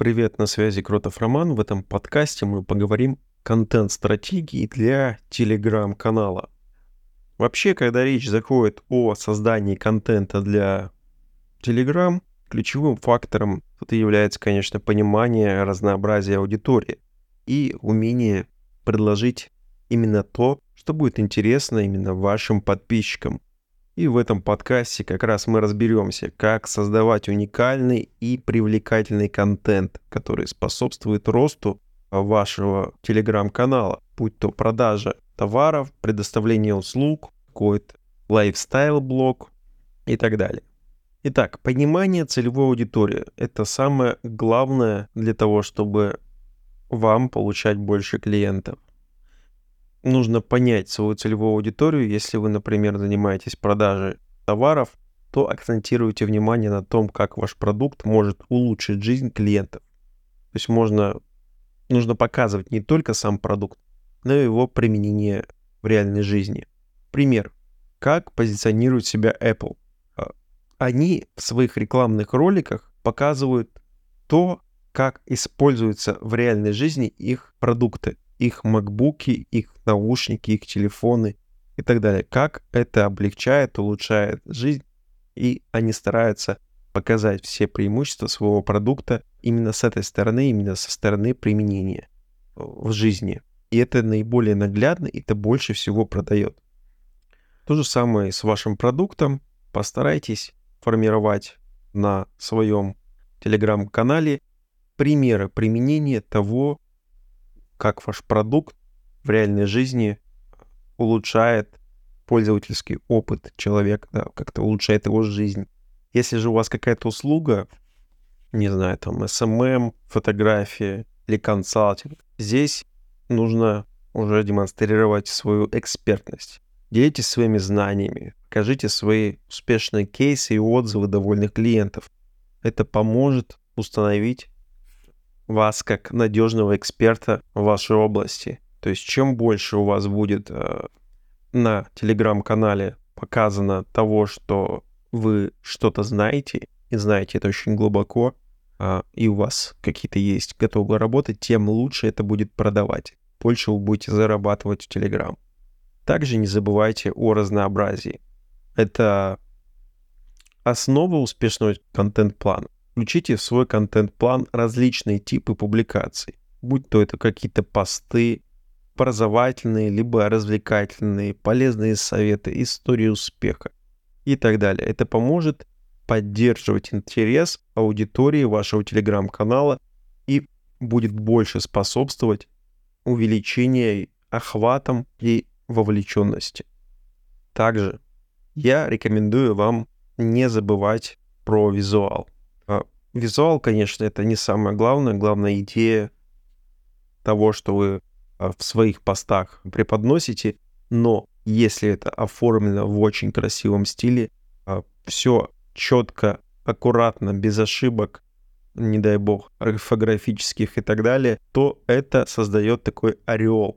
Привет, на связи Кротов Роман. В этом подкасте мы поговорим контент-стратегии для телеграм-канала. Вообще, когда речь заходит о создании контента для Telegram, ключевым фактором тут является, конечно, понимание разнообразия аудитории и умение предложить именно то, что будет интересно именно вашим подписчикам. И в этом подкасте как раз мы разберемся, как создавать уникальный и привлекательный контент, который способствует росту вашего телеграм-канала, будь то продажа товаров, предоставление услуг, какой-то лайфстайл-блог и так далее. Итак, понимание целевой аудитории– это самое главное для того, чтобы вам получать больше клиентов. Нужно понять свою целевую аудиторию. Если вы, например, занимаетесь продажей товаров, то акцентируйте внимание на том, как ваш продукт может улучшить жизнь клиентов. То есть нужно показывать не только сам продукт, но и его применение в реальной жизни. Пример. Как позиционирует себя Apple? Они в своих рекламных роликах показывают то, как используются в реальной жизни их продукты, их макбуки, их наушники, их телефоны и так далее. Как это облегчает, улучшает жизнь, и они стараются показать все преимущества своего продукта именно с этой стороны, именно со стороны применения в жизни. И это наиболее наглядно, и это больше всего продает. То же самое и с вашим продуктом. Постарайтесь формировать на своем телеграм-канале примеры применения того, как ваш продукт в реальной жизни улучшает пользовательский опыт человека, да, как-то улучшает его жизнь. Если же у вас какая-то услуга, не знаю, там SMM, фотография или консалтинг, здесь нужно уже демонстрировать свою экспертность. Делитесь своими знаниями, покажите свои успешные кейсы и отзывы довольных клиентов. Это поможет установить вас как надежного эксперта в вашей области. То есть чем больше у вас будет на телеграм-канале показано того, что вы что-то знаете, и знаете это очень глубоко, и у вас какие-то есть готовые работы, тем лучше это будет продавать. Больше вы будете зарабатывать в Telegram. Также не забывайте о разнообразии. Это основа успешного контент-плана. Включите в свой контент-план различные типы публикаций, будь то это какие-то посты, образовательные, либо развлекательные, полезные советы, истории успеха и так далее. Это поможет поддерживать интерес аудитории вашего телеграм-канала и будет больше способствовать увеличению охватом и вовлеченности. Также я рекомендую вам не забывать про визуал. Визуал, конечно, это не самое главное. Главная идея того, что вы в своих постах преподносите, но если это оформлено в очень красивом стиле, все четко, аккуратно, без ошибок, не дай бог, орфографических и так далее, то это создает такой ореол.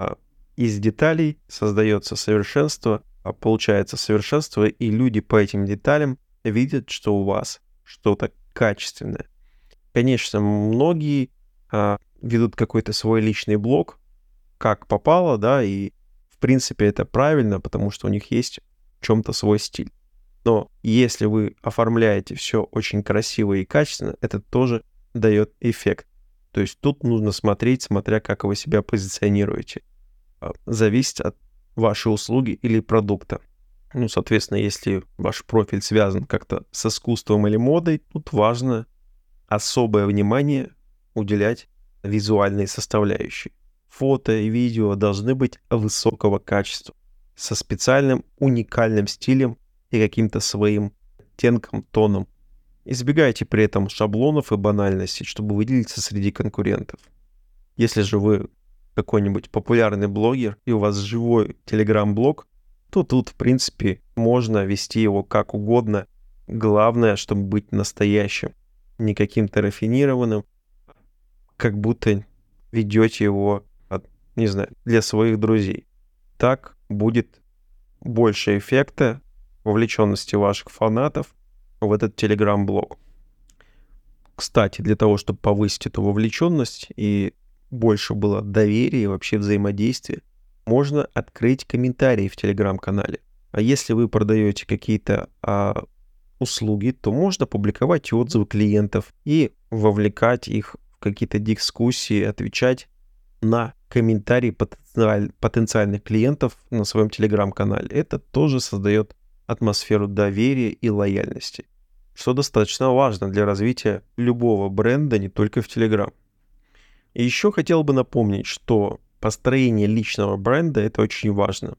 Из деталей создается совершенство, получается совершенство, и люди по этим деталям видят, что у вас что-то качественное. Конечно, многие ведут какой-то свой личный блог, как попало, да, и в принципе это правильно, потому что у них есть в чем-то свой стиль. Но если вы оформляете все очень красиво и качественно, это тоже дает эффект. То есть тут нужно смотреть, смотря как вы себя позиционируете. Зависит от вашей услуги или продукта. Ну, соответственно, если ваш профиль связан как-то с искусством или модой, тут важно особое внимание уделять визуальной составляющей. Фото и видео должны быть высокого качества, со специальным уникальным стилем и каким-то своим оттенком, тоном. Избегайте при этом шаблонов и банальностей, чтобы выделиться среди конкурентов. Если же вы какой-нибудь популярный блогер и у вас живой телеграм-блог, то тут, в принципе, можно вести его как угодно. Главное, чтобы быть настоящим, не каким-то рафинированным, как будто ведете его, не знаю, для своих друзей. Так будет больше эффекта, вовлеченности ваших фанатов в этот телеграм-блог. Кстати, для того, чтобы повысить эту вовлеченность и больше было доверия и вообще взаимодействия, можно открыть комментарии в Телеграм-канале. А если вы продаете какие-то услуги, то можно публиковать отзывы клиентов и вовлекать их в какие-то дискуссии, отвечать на комментарии потенциальных клиентов на своем Телеграм-канале. Это тоже создает атмосферу доверия и лояльности, что достаточно важно для развития любого бренда, не только в Телеграм. И еще хотел бы напомнить, что построение личного бренда — это очень важно.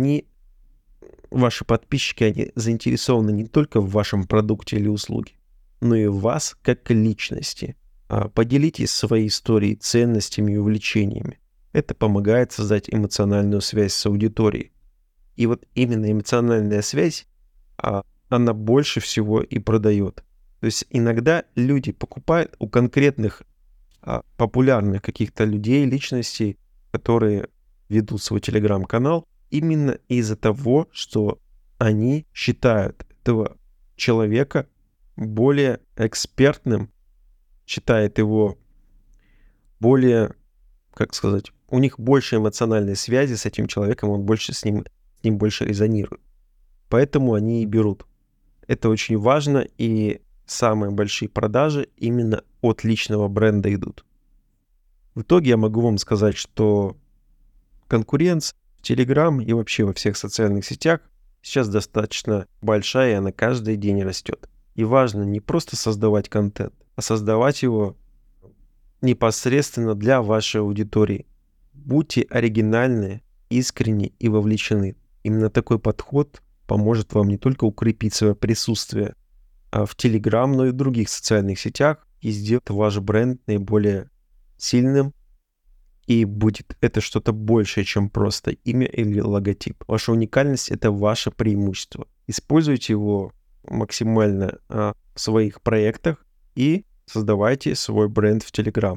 Ваши подписчики, они заинтересованы не только в вашем продукте или услуге, но и в вас как личности. Поделитесь своей историей, ценностями и увлечениями. Это помогает создать эмоциональную связь с аудиторией. И вот именно эмоциональная связь, она больше всего и продает. То есть иногда люди покупают у конкретных популярных каких-то людей, личностей, которые ведут свой телеграм-канал, именно из-за того, что они считают этого человека более экспертным, считают его более, как сказать, у них больше эмоциональной связи с этим человеком, он больше с ним больше резонирует. Поэтому они и берут. Это очень важно, и самые большие продажи именно от личного бренда идут. В итоге я могу вам сказать, что конкуренция в Telegram и вообще во всех социальных сетях сейчас достаточно большая, и она каждый день растет. И важно не просто создавать контент, а создавать его непосредственно для вашей аудитории. Будьте оригинальны, искренни и вовлечены. Именно такой подход поможет вам не только укрепить свое присутствие в Telegram, но и в других социальных сетях и сделать ваш бренд наиболее сильным. И будет это что-то большее, чем просто имя или логотип. Ваша уникальность — это ваше преимущество. Используйте его максимально в своих проектах и создавайте свой бренд в Telegram.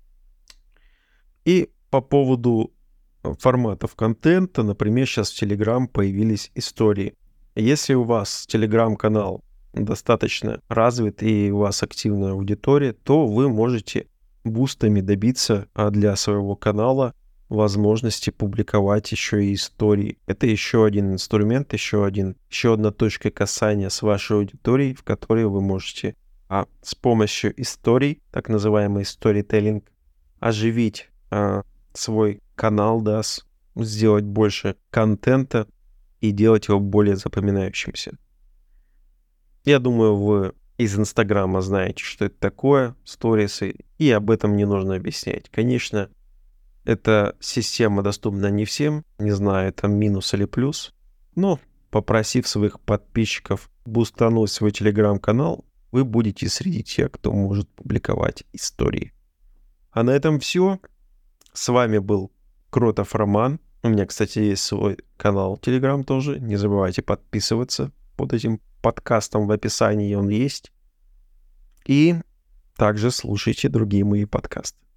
И по поводу форматов контента, например, сейчас в Telegram появились истории. Если у вас Telegram-канал достаточно развит и у вас активная аудитория, то вы можете бустами добиться для своего канала возможности публиковать еще и истории. Это еще один инструмент, еще одна точка касания с вашей аудиторией, в которой вы можете с помощью историй, так называемый storytelling, оживить свой канал, сделать больше контента и делать его более запоминающимся. Я думаю, вы из Инстаграма знаете, что это такое, сторисы, и об этом не нужно объяснять. Конечно, эта система доступна не всем, не знаю, это минус или плюс, но попросив своих подписчиков бустануть свой телеграм-канал, вы будете среди тех, кто может публиковать истории. А на этом все. С вами был Кротов Роман. У меня, кстати, есть свой канал Telegram тоже. Не забывайте подписываться под этим подкастом, в описании он есть. И также слушайте другие мои подкасты.